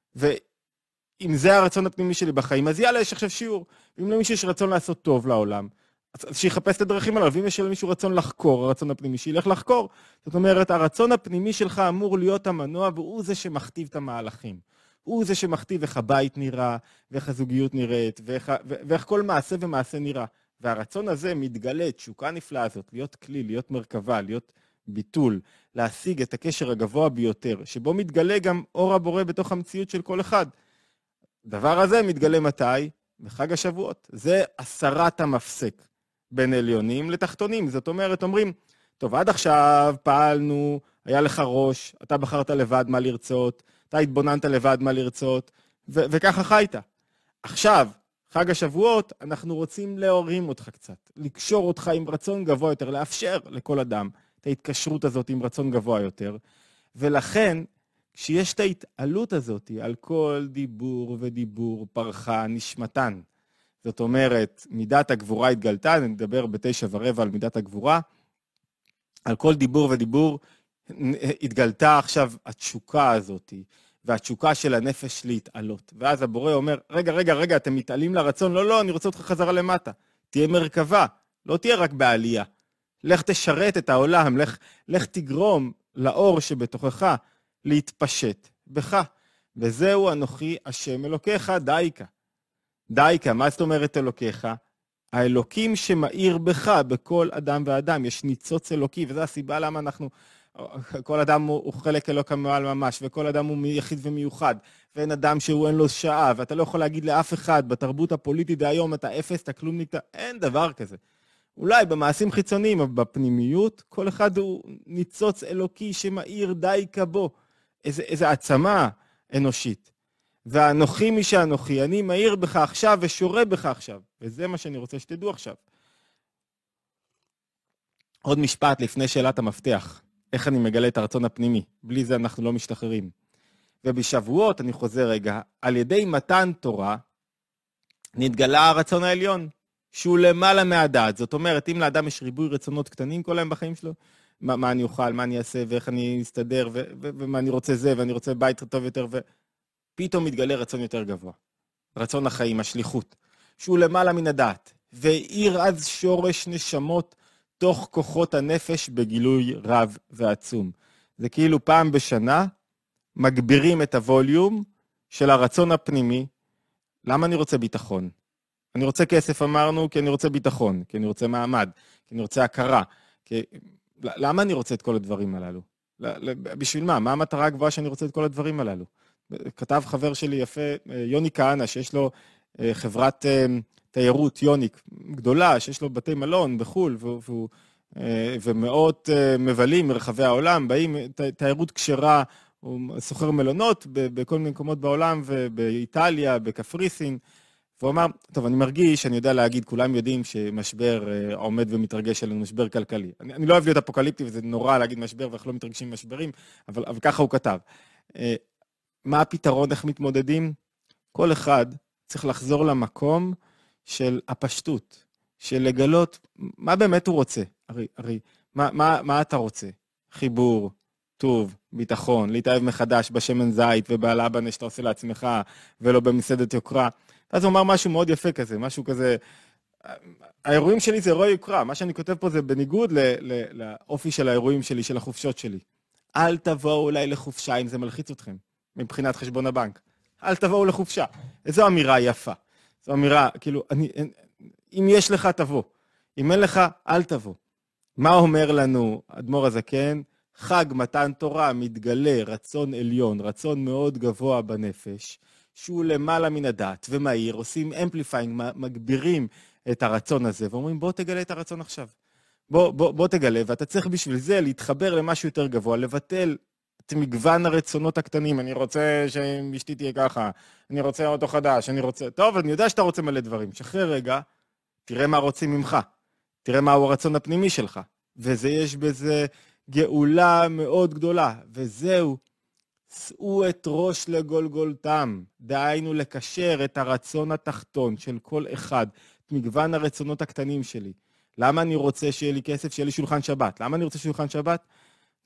ואם זה הרצון הפנימי שלי בחיים, אז יאללה, יש עכשיו שיעור. ואם למישהו יש רצון לעשות טוב לעולם, אז שיחפש את הדרכים עליו, ואם יש למישהו רצון לחקור, הרצון הפנימי, שילך לחקור. זאת אומרת, הרצון הפנימי שלך אמור להיות המנוע, והוא זה שמכתיב את המהלכים. הוא זה שמכתיב איך הבית נראה, ואיך הזוגיות נראית, ואיך כל מעשה ומעשה נראה. והרצון הזה מתגלה, תשוקה נפלאה הזאת, להיות כלי, להיות מרכבה, להיות ביטול, להשיג את הקשר הגבוה ביותר, שבו מתגלה גם אור הבורא בתוך המציאות של כל אחד. דבר הזה מתגלה מתי? בחג השבועות. זה הסרת המפסק בין עליונים לתחתונים. זאת אומרת, אומרים, טוב, עד עכשיו פעלנו, היה לך ראש, אתה בחרת לבד מה לרצות, אתה התבוננת לבד מה לרצות, וככה חיית. עכשיו, חג השבועות, אנחנו רוצים להורים אותך קצת, לקשור אותך עם רצון גבוה יותר, לאפשר לכל אדם את ההתקשרות הזאת עם רצון גבוה יותר, ולכן, כשיש את ההתעלות הזאת על כל דיבור ודיבור פרחה נשמתן, זאת אומרת, מידת הגבורה התגלתה, אני מדבר ב9:15 על מידת הגבורה, על כל דיבור ודיבור התגלתה עכשיו התשוקה הזאת, והתשוקה של הנפש להתעלות. ואז הבורא אומר, רגע, אתם מתעלים לרצון? לא, אני רוצה אותך חזרה למטה. תהיה מרכבה, לא תהיה רק בעלייה. לך תשרת את העולם, לך תגרום לאור שבתוכך להתפשט בך. וזהו אנוכי השם אלוקיך, דייקה, מה זאת אומרת אלוקיך? האלוקים שמאיר בך, בכל אדם ואדם, יש ניצוץ אלוקי, וזו הסיבה למה כל אדם הוא חלק אלוק המעל ממש, וכל אדם הוא יחיד ומיוחד, ואין אדם שהוא אין לו שעה, ואתה לא יכול להגיד לאף אחד, בתרבות הפוליטית היום אתה אפס, אתה כלום נקטע, אין דבר כזה. אולי במעשים חיצוניים, אבל בפנימיות, כל אחד הוא ניצוץ אלוקי שמאיר דייקה בו, איזה עצמה אנושית. ואנוכי מי שאנוכי, אני מאיר בך עכשיו ושורה בך עכשיו. וזה מה שאני רוצה שתדעו עכשיו. עוד משפט לפני שאלת המפתח. איך אני מגלה את הרצון הפנימי? בלי זה אנחנו לא משתחררים. ובשבועות, אני חוזר רגע, על ידי מתן תורה, נתגלה הרצון העליון, שהוא למעלה מהדעת. זאת אומרת, אם לאדם יש ריבוי רצונות קטנים כל היום בחיים שלו, מה אני אוכל, מה אני אעשה, ואיך אני אסתדר, ומה אני רוצה זה, ואני רוצה בית טוב יותר, פתאום מתגלה רצון יותר גבוה. רצון החיים, השליחות, שהוא למעלה מן הדעת, והאיר אז שורש נשמות תוך כוחות הנפש בגילוי רב ועצום. זה כאילו פעם בשנה מגבירים את הווליום של הרצון הפנימי. למה אני רוצה ביטחון? אני רוצה כסף, אמרנו, כי אני רוצה ביטחון, כי אני רוצה מעמד, כי אני רוצה הכרה. למה אני רוצה את כל הדברים הללו? בשביל מה? מה המטרה הגבוהה שאני רוצה את כל הדברים הללו? כתב חבר שלי יפה, יוני כהנא, שיש לו חברת תיירות יוניק גדולה, שיש לו בתי מלון בחול, ומאות מבלים מרחבי העולם, באים תיירות כשרה, הוא סוחר מלונות בכל מיני מקומות בעולם, ובאיטליה, בקפריסין, והוא אמר, טוב, אני מרגיש, אני יודע להגיד, כולם יודעים שמשבר עומד ומתרגש עלינו, משבר כלכלי. אני לא אוהב להיות אפוקליפטי, וזה נורא להגיד משבר, ואנחנו לא מתרגשים משברים, אבל ככה הוא כתב. מה הפתרון, איך מתמודדים? כל אחד צריך לחזור למקום של הפשטות, של לגלות מה באמת הוא רוצה. הרי, מה אתה רוצה? חיבור, טוב, ביטחון, להתאהב מחדש בשמן זית ובלבן שאתה עושה לעצמך, ולא במסעדת יוקרה. אז הוא אמר משהו מאוד יפה כזה, משהו כזה, האירועים שלי זה אירועי יוקרה, מה שאני כותב פה זה בניגוד לאופי של האירועים שלי, של החופשות שלי. אל תבואו אולי לחופשה אם זה מלחיץ אתכם, מבחינת חשבון הבנק. אל תבואו לחופשה. איזו אמירה יפה. זו אמירה, כאילו, אם יש לך, תבוא. אם אין לך, אל תבוא. מה אומר לנו אדמו"ר הזקן? חג מתן תורה מתגלה רצון עליון, רצון מאוד גבוה בנפש, שהוא למעלה מן הדעת ומהיר, עושים אמפליפיינג, מגבירים את הרצון הזה, ואומרים בוא תגלה את הרצון עכשיו. בוא תגלה, ואתה צריך בשביל זה להתחבר למשהו יותר גבוה, לבטל את מגוון הרצונות הקטנים, אני רוצה שאשתי תהיה ככה, אני רוצה אוטו חדש, אני רוצה, טוב, אני יודע שאתה רוצה מלא דברים, שחרר רגע, תראה מה רוצים ממך, תראה מהו הרצון הפנימי שלך, יש בזה גאולה מאוד גדולה, וזהו, שאו את ראש לגולגולתם, דהיינו לקשר את הרצון התחתון של כל אחד, את מגוון הרצונות הקטנים שלי. למה אני רוצה שיהיה לי כסף, שיהיה לי שולחן שבת? למה אני רוצה שולחן שבת?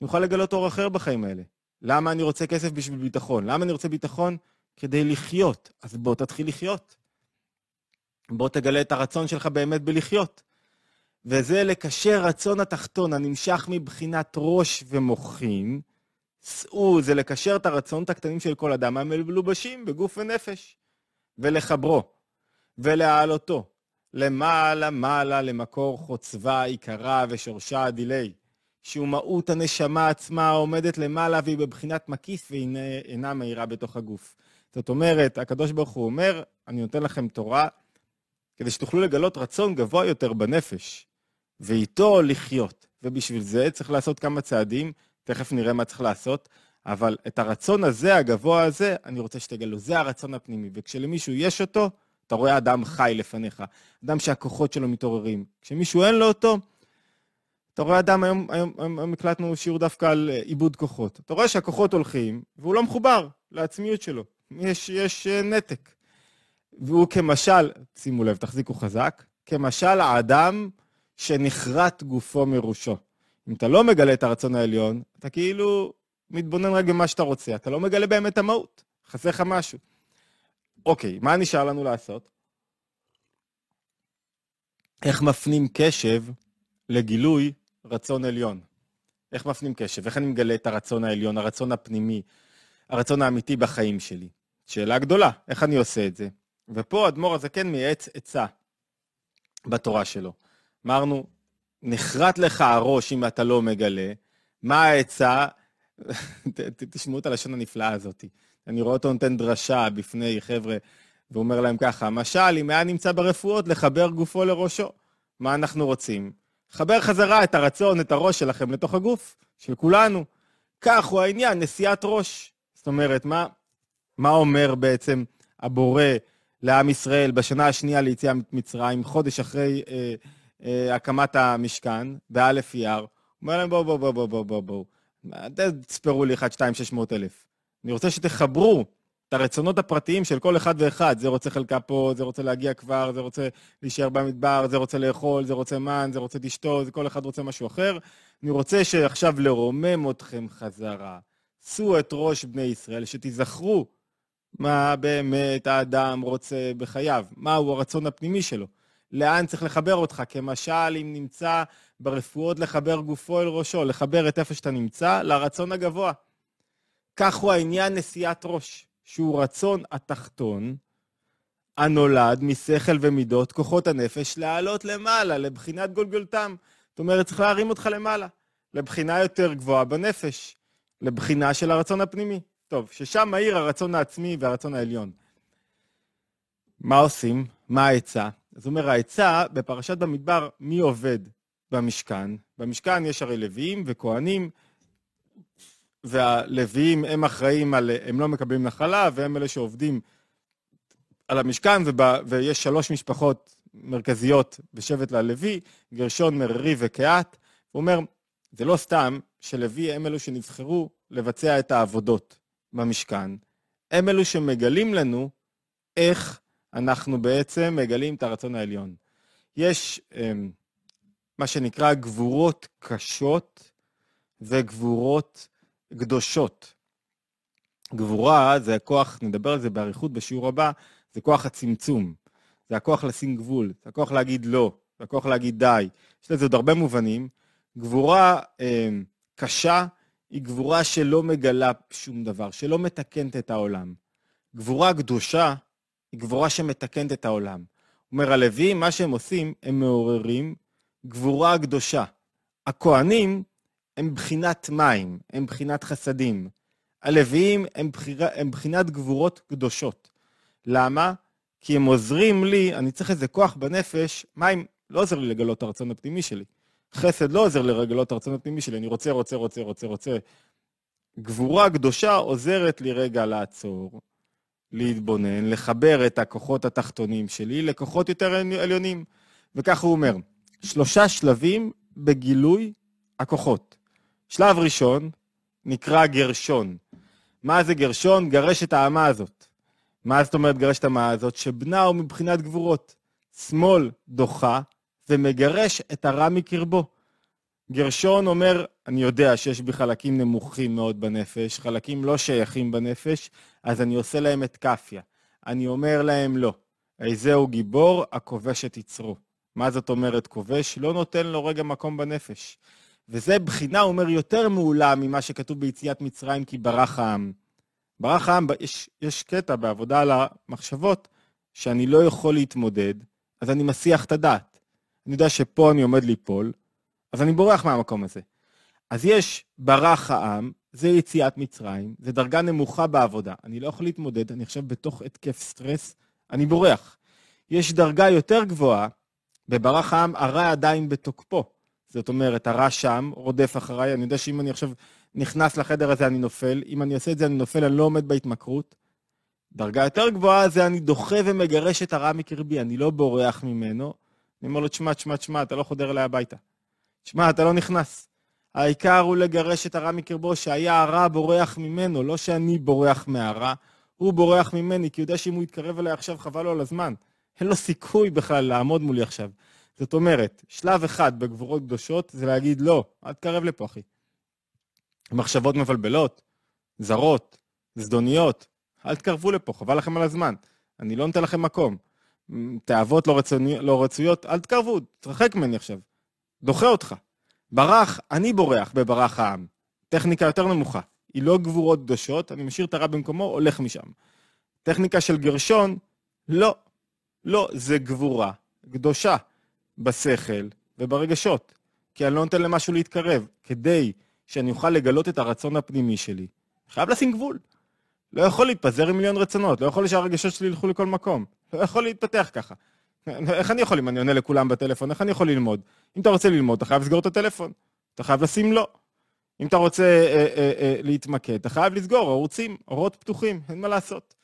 אני אוכל לגלות אור אחר בחיים האלה. למה אני רוצה כסף בשביל ביטחון? למה אני רוצה ביטחון? כדי לחיות. אז בוא תתחיל לחיות. בוא תגלה את הרצון שלך באמת בלחיות. וזה לקשר רצון התחתון הנמשך מבחינת ראש ומוחין. זה לקשר את הרצונות הקטנים של כל אדם המלובשים בגוף ונפש. ולחברו. ולהעלותו. למעלה מעלה למקור חוצבה, עיקרה ושורשה הדילי. שהוא מהות הנשמה עצמה עומדת למעלה והיא בבחינת מקיף והיא אינה מהירה בתוך הגוף. זאת אומרת, הקדוש ברוך הוא אומר, אני נותן לכם תורה כדי שתוכלו לגלות רצון גבוה יותר בנפש, ואיתו לחיות. ובשביל זה צריך לעשות כמה צעדים, תכף נראה מה צריך לעשות, אבל את הרצון הזה, הגבוה הזה, אני רוצה שתגלו, זה הרצון הפנימי. וכשלמישהו יש אותו, אתה רואה אדם חי לפניך, אדם שהכוחות שלו מתעוררים. כשמישהו אין לו אותו, אתה רואה אדם, היום הקלטנו שיעור דווקא על עיבוד כוחות. אתה רואה שהכוחות הולכים, והוא לא מחובר לעצמיות שלו. יש נתק. והוא כמשל, שימו לב, תחזיקו חזק, כמשל האדם שנחרט גופו מראשו. אם אתה לא מגלה את הרצון העליון, אתה כאילו מתבונן רק במה שאתה רוצה. אתה לא מגלה באמת המהות. חסר לך משהו. אוקיי, מה נשאר לנו לעשות? איך מפנים קשב לגילוי רצון עליון? איך מפנים קשב? איך אני מגלה את הרצון העליון, הרצון הפנימי, הרצון האמיתי בחיים שלי? שאלה גדולה, איך אני עושה את זה? ופה אדמו"ר הזקן מייעץ עצה בתורה שלו. אמרנו, נחרט לך הראש אם אתה לא מגלה. מה העצה? תשמעו את הלשון הנפלאה הזאת. אני רואה אותו נותן דרשה בפני חבר'ה, ואומר להם ככה, משל, אם היה נמצא ברפואות, לחבר גופו לראשו. מה אנחנו רוצים? חבר חזרה את הרצון, את הראש שלכם לתוך הגוף, של כולנו. כך הוא העניין, נשיאת ראש. זאת אומרת, מה אומר בעצם הבורא לעם ישראל בשנה השנייה ליציאה מצרים, חודש אחרי הקמת המשכן, באלף אייר? הוא אומר להם, בואו. תספרו לי 1, 2, 600 אלף. אני רוצה שתחברו את הרצונות הפרטיים של כל אחד ואחד. זה רוצה חלקה פה, זה רוצה להגיע כבר, זה רוצה להישאר במדבר, זה רוצה לאכול, זה רוצה מן, זה רוצה לשתות, כל אחד רוצה משהו אחר. אני רוצה שעכשיו לרומם אתכם חזרה. שאו את ראש בני ישראל, שתזכרו מה באמת האדם רוצה בחייו, מהו הרצון הפנימי שלו. לאן צריך לחבר אותך? כמשל, אם נמצא ברפואות לחבר גופו אל ראשו, לחבר את איפה שאתה נמצא לרצון הגבוה. כך הוא העניין נשיאת ראש, שהוא רצון התחתון, הנולד משכל ומידות, כוחות הנפש, לעלות למעלה, לבחינת גולגולתם. זאת אומרת, צריך להרים אותך למעלה, לבחינה יותר גבוהה בנפש, לבחינה של הרצון הפנימי. טוב, ששם מהיר הרצון העצמי והרצון העליון. מה עושים? מה העצה? אז אומר, העצה בפרשת במדבר, מי עובד במשכן? במשכן יש הרי לוויים וכהנים, והלוויים הם אחראים הם לא מקבלים נחלה, והם אלה שעובדים על המשכן, ויש 3 משפחות מרכזיות בשבט ללוי, גרשון, מררי וקהת. הוא אומר, זה לא סתם שלוי הם אלו שנבחרו לבצע את העבודות במשכן. הם אלו שמגלים לנו איך אנחנו בעצם מגלים את הרצון העליון. יש מה שנקרא גבורות קשות וגבורות קדושות. גבורה זה הכוח, נדבר על זה בעריכות בשיעור הבא, זה כוח הצמצום. זה הכוח לשים גבול, זה הכוח להגיד לא, זה הכוח להגיד די. יש לזה עוד הרבה מובנים. גבורה קשה היא גבורה שלא מגלה שום דבר, שלא מתקנת את העולם. גבורה קדושה היא גבורה שמתקנת את העולם. אומר הלוויים, מה שהם עושים, הם מעוררים גבורה קדושה. הכהנים הם בחינת מים, הם בחינת חסדים. הלוויים הם בחינת גבורות קדושות. למה? כי הם עוזרים לי, אני צריך איזה כוח בנפש, מים לא עוזר לי לגלות את הרצון הפנימי שלי. חסד לא עוזר לי לגלות את הרצון הפנימי שלי, אני רוצה. גבורה קדושה עוזרת לי רגע לעצור, להתבונן, לחבר את הכוחות התחתונים שלי לכוחות יותר עליונים. וכך הוא אומר, 3 שלבים בגילוי הכוחות. שלב ראשון נקרא גרשון. מה זה גרשון? גרש את האמה הזאת. מה זאת אומרת גרש את האמה הזאת? שבנה הוא מבחינת גבורות. שמאל דוחה ומגרש את הרע מקרבו. גרשון אומר, אני יודע שיש בי חלקים נמוכים מאוד בנפש, חלקים לא שייכים בנפש, אז אני עושה להם את קפיה. אני אומר להם לא. איזהו גיבור, הכובש את יצרו. מה זאת אומרת כובש? לא נותן לו רגע מקום בנפש. וזה בחינה, הוא אומר, יותר מעולה ממה שכתוב ביציאת מצרים, כי ברח העם. ברח העם, יש קטע בעבודה על המחשבות, שאני לא יכול להתמודד, אז אני מסיח את הדעת. אני יודע שפה אני עומד ליפול, אז אני בורח מהמקום הזה. אז יש ברח העם, זה יציאת מצרים, זה דרגה נמוכה בעבודה. אני לא יכול להתמודד, אני עכשיו בתוך התקף סטרס, אני בורח. יש דרגה יותר גבוהה, בברח העם הרע עדיין בתוקפו. זאת אומרת, הרע שם, רודף אחריי, אני יודע שאם אני עכשיו נכנס לחדר הזה אני נופל, אם אני עושה את זה אני נופל, אני לא עומד בהתמכרות. דרגה יותר גבוהה זה אני דוחה ומגרש את הרע מקרבי, אני לא בורח ממנו. אני אומר לו, תשמע, אתה לא חודר אליי הביתה. תשמע, אתה לא נכנס. העיקר הוא לגרש את הרע מקרבו, שהיה הרע בורח ממנו, לא שאני בורח מהרע, הוא בורח ממני, כי הוא יודע שאם הוא יתקרב אליי עכשיו, חבל לו על הזמן. אין לו סיכוי בכלל לעמוד מולי עכשיו. זאת אומרת, שלב אחד בגבורות קדושות, זה להגיד לא, אל תקרב לפה, אחי. מחשבות מבלבלות, זרות, זדוניות, אל תקרבו לפה, חבל לכם על הזמן. אני לא נותן לכם מקום. תאוות לא רצויות, אל תקרבו, תרחק ממני עכשיו. דוחה אותך. ברח, אני בורח בברח העם. טכניקה יותר נמוכה. היא לא גבורות קדושות, אני משאיר את הרע במקומו, הולך משם. טכניקה של גרשון, לא, זה גבורה קדושה בשכל וברגשות. כי אני לא נותן למשהו להתקרב. כדי שאני אוכל לגלות את הרצון הפנימי שלי, חייב לשים גבול. לא יכול להתפזר עם מיליון רצונות, לא יכול שהרגשות שלי ילכו לכל מקום. לא יכול להתפתח ככה. איך אני יכול אם אני עונה לכולם בטלפון? איך אני יכול ללמוד? אם אתה רוצה ללמוד, אתה חייב לסגור את הטלפון. אתה חייב לשים לא. אם אתה רוצה להתמקד, אתה חייב לסגור ערוצים, אורות פתוחים, אין מה לעשות.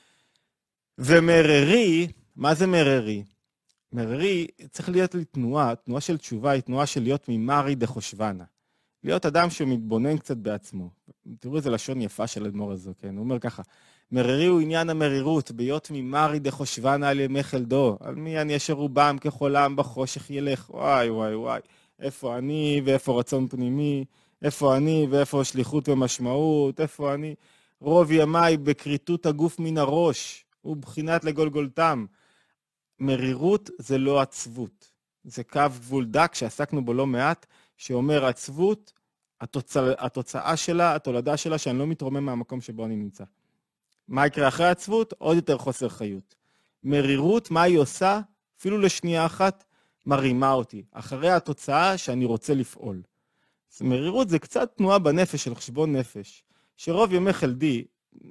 ומררי, מה זה מררי? מררי צריך להיות לי תנועה של תשובה, היא תנועה של להיות ממרי דחושבנה. להיות אדם שהוא מתבונן קצת בעצמו. תראו איזה לשון יפה של אדמו"ר הזו, כן? הוא אומר ככה, מררי הוא עניין המרירות, ביות ממרי דחושבנה על ימי חלדו, על מי אני אשר רובם כחולם בחושך ילך, וואי, איפה אני ואיפה רצון פנימי, איפה אני ואיפה שליחות ומשמעות, איפה אני, רוב ימיי בקריטות הגוף מן הראש, ובחינת לגולגולתם. מרירות זה לא עצבות, זה קו גבול דק שעסקנו בו לא מעט, שאומר עצבות, התוצאה שלה, התולדה שלה, שאני לא מתרומם מהמקום שבו אני נמצא. מה יקרה אחרי עצבות? עוד יותר חוסר חיות. מרירות, מה היא עושה? אפילו לשנייה אחת, מרימה אותי. אחרי התוצאה שאני רוצה לפעול. אז מרירות זה קצת תנועה בנפש של חשבון נפש, שרוב ימי חלדי,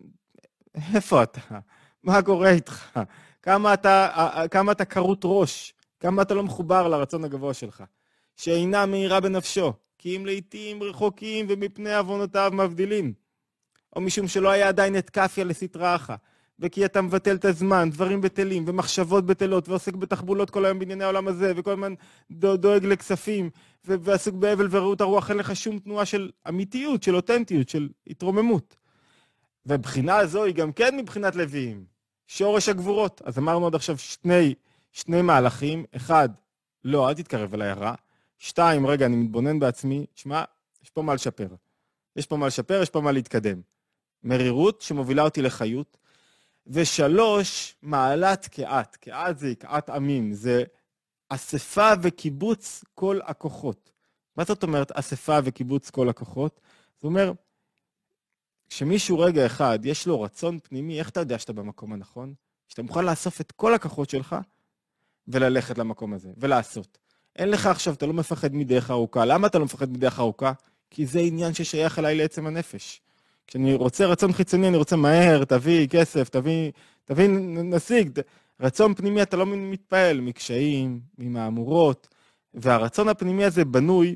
איפה אתה? מה קורה איתך? כמה אתה קרות ראש? כמה אתה לא מחובר לרצון הגבוה שלך? שאינה מהירה בנפשו, כי אם לעתים רחוקים ומפני עוונותיו מבדילים. או משום שלא היה עדיין את קפיה לסטראך, וכי אתה מבטל את הזמן, דברים בטלים ומחשבות בטלות, ועוסק בתחבולות כל היום בענייני העולם הזה, וכל הזמן דואג לכספים, ועסוק באבל ורעות הרוח, אין לך שום תנועה של אמיתיות, של אותנטיות, של התרוממות. ובחינה הזו היא גם כן מבחינת לוויים, שורש הגבורות. אז אמרנו עד עכשיו שני מהלכים, אחד, לא, אל תתקרב אליי הרע, 2, רגע, אני מתבונן בעצמי, שמע, יש פה מה לשפר. יש פה מה להתקדם. מרירות שמובילה אותי לחיות. 3, מעלת קעת. קעת זה קעת עמים, זה אספה וקיבוץ כל הכוחות. מה זאת אומרת אספה וקיבוץ כל הכוחות? זאת אומרת, כשמישהו רגע אחד יש לו רצון פנימי, איך אתה יודע שאתה במקום הנכון? שאתה מוכן לאסוף את כל הכוחות שלך וללכת למקום הזה, ולעשות. אין לך עכשיו, אתה לא מפחד מדרך ארוכה. למה אתה לא מפחד מדרך ארוכה? כי זה עניין ששייך אליי לעצם הנפש. כשאני רוצה רצון חיצוני, אני רוצה מהר, תביא כסף, תביא נשיג. רצון פנימי, אתה לא מתפעל מקשיים, ממאמורות, והרצון הפנימי הזה בנוי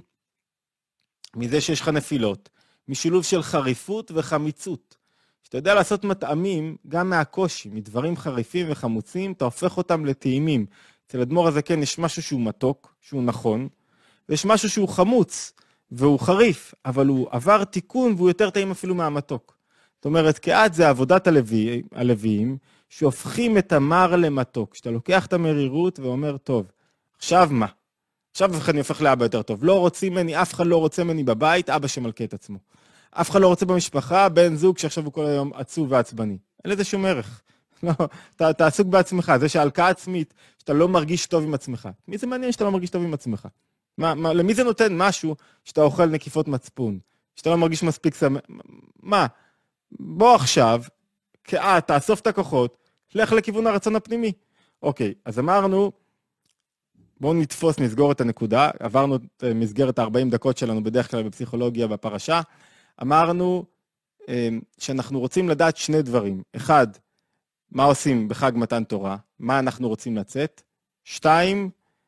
מזה שיש לך נפילות, משילוב של חריפות וחמיצות. כשאתה יודע לעשות מטעמים גם מהקושי, מדברים חריפים וחמוצים, אתה הופך אותם לטעימים. אצל אדמו"ר הזקן יש משהו שהוא מתוק, שהוא נכון, ויש משהו שהוא חמוץ, והוא חריף, אבל הוא עבר תיקון והוא יותר טעים אפילו מהמתוק. זאת אומרת, קעת זה עבודת הלוויים, שהופכים את המר למתוק. כשאתה לוקח את המרירות ואומר, טוב, עכשיו מה? עכשיו אני הופך לאבא יותר טוב. לא רוצים ממני, אף אחד לא רוצה ממני בבית, אבא שמלכה את עצמו. אף אחד לא רוצה במשפחה, בן זוג שעכשיו הוא כל היום עצוב ועצבני. אין לזה שום ערך. לא, אתה עסוק בעצמך, זה שההלקאה עצמית, שאתה לא מרגיש טוב עם עצמך. מי זה מעניין שאתה לא מרגיש טוב עם עצמך? למי זה נותן משהו שאתה אוכל נקיפות מצפון? שאתה לא מרגיש מספיק מה? בוא עכשיו, תאסוף את הכוחות, לך לכיוון הרצון הפנימי. אוקיי, אז אמרנו, בואו נתפוס, נסגור את הנקודה, עברנו את מסגרת ה-40 דקות שלנו בדרך כלל בפסיכולוגיה בפרשה, אמרנו שאנחנו רוצים לדעת שני דברים. אחד, מה עושים בחג מתן תורה? מה אנחנו רוצים לצאת? 2,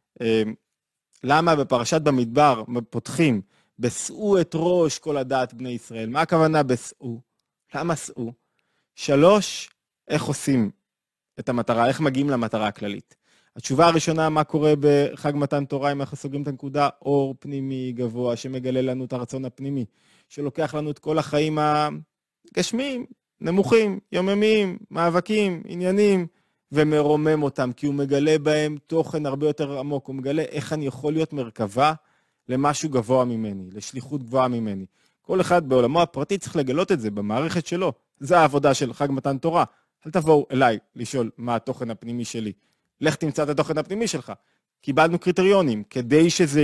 למה בפרשת במדבר פותחים, בשאו את ראש כל הדעת בני ישראל? מה הכוונה בשאו? למה שאו? 3, איך עושים את המטרה? איך מגיעים למטרה הכללית? התשובה הראשונה, מה קורה בחג מתן תורה, אם אנחנו סוגרים את הנקודה, אור פנימי גבוה שמגלה לנו את הרצון הפנימי, שלוקח לנו את כל החיים הגשמיים, נמוכים, יוממיים, מאבקים, עניינים, ומרומם אותם, כי הוא מגלה בהם תוכן הרבה יותר עמוק, הוא מגלה איך אני יכול להיות מרכבה למשהו גבוה ממני, לשליחות גבוהה ממני. כל אחד בעולמו הפרטי צריך לגלות את זה במערכת שלו. זה העבודה של חג מתן תורה. אל תבואו אליי לשאול מה התוכן הפנימי שלי. לך תמצא את התוכן הפנימי שלך. קיבלנו קריטריונים. כדי שזה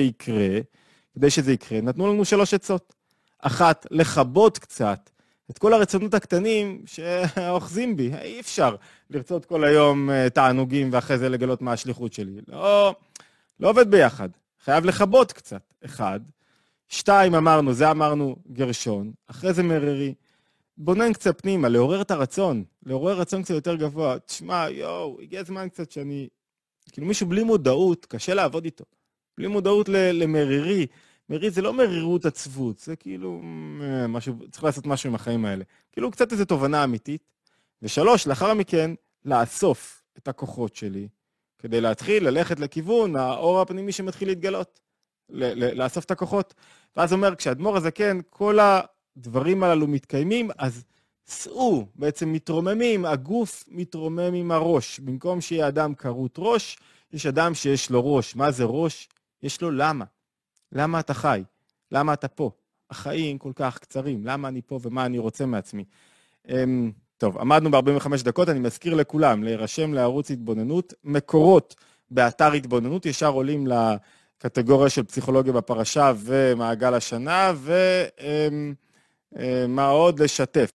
יקרה, נתנו לנו 3 עצות. 1, לכבות קצת את כל הרצונות הקטנים שאוחזים בי. אי אפשר לרצות כל היום תענוגים ואחרי זה לגלות מה השליחות שלי. לא עובד ביחד. חייב לכבות קצת. 1. 2, אמרנו גרשון. אחרי זה מררי. בונן קצת פנימה, לעורר את הרצון. לעורר רצון קצת יותר גבוה. תשמע, הגיע הזמן קצת שאני... כאילו מישהו בלי מודעות, קשה לעבוד איתו. בלי מודעות למרירי. מרירי זה לא מרירות עצבות, זה כאילו משהו, צריך לעשות משהו עם החיים האלה. כאילו קצת איזו תובנה אמיתית. 3, לאחר מכן, לאסוף את הכוחות שלי, כדי להתחיל ללכת לכיוון האור הפנימי שמתחיל להתגלות. לאסוף את הכוחות. ואז אומר, כשהאדמו"ר הזקן, כל הדברים הללו מתקיימים, אז סעו, בעצם מתרוממים, הגוף מתרומם עם הראש. במקום שיהיה אדם קרות ראש, יש אדם שיש לו ראש. מה זה ראש? יש לו למה. למה אתה חי? למה אתה פה? החיים כל כך קצרים. למה אני פה ומה אני רוצה מעצמי? טוב, עמדנו ב-45 דקות, אני מזכיר לכולם, להירשם לערוץ התבוננות, מקורות באתר התבוננות, ישר עולים לקטגוריה של פסיכולוגיה בפרשה ומעגל השנה, ומה עוד לשתף.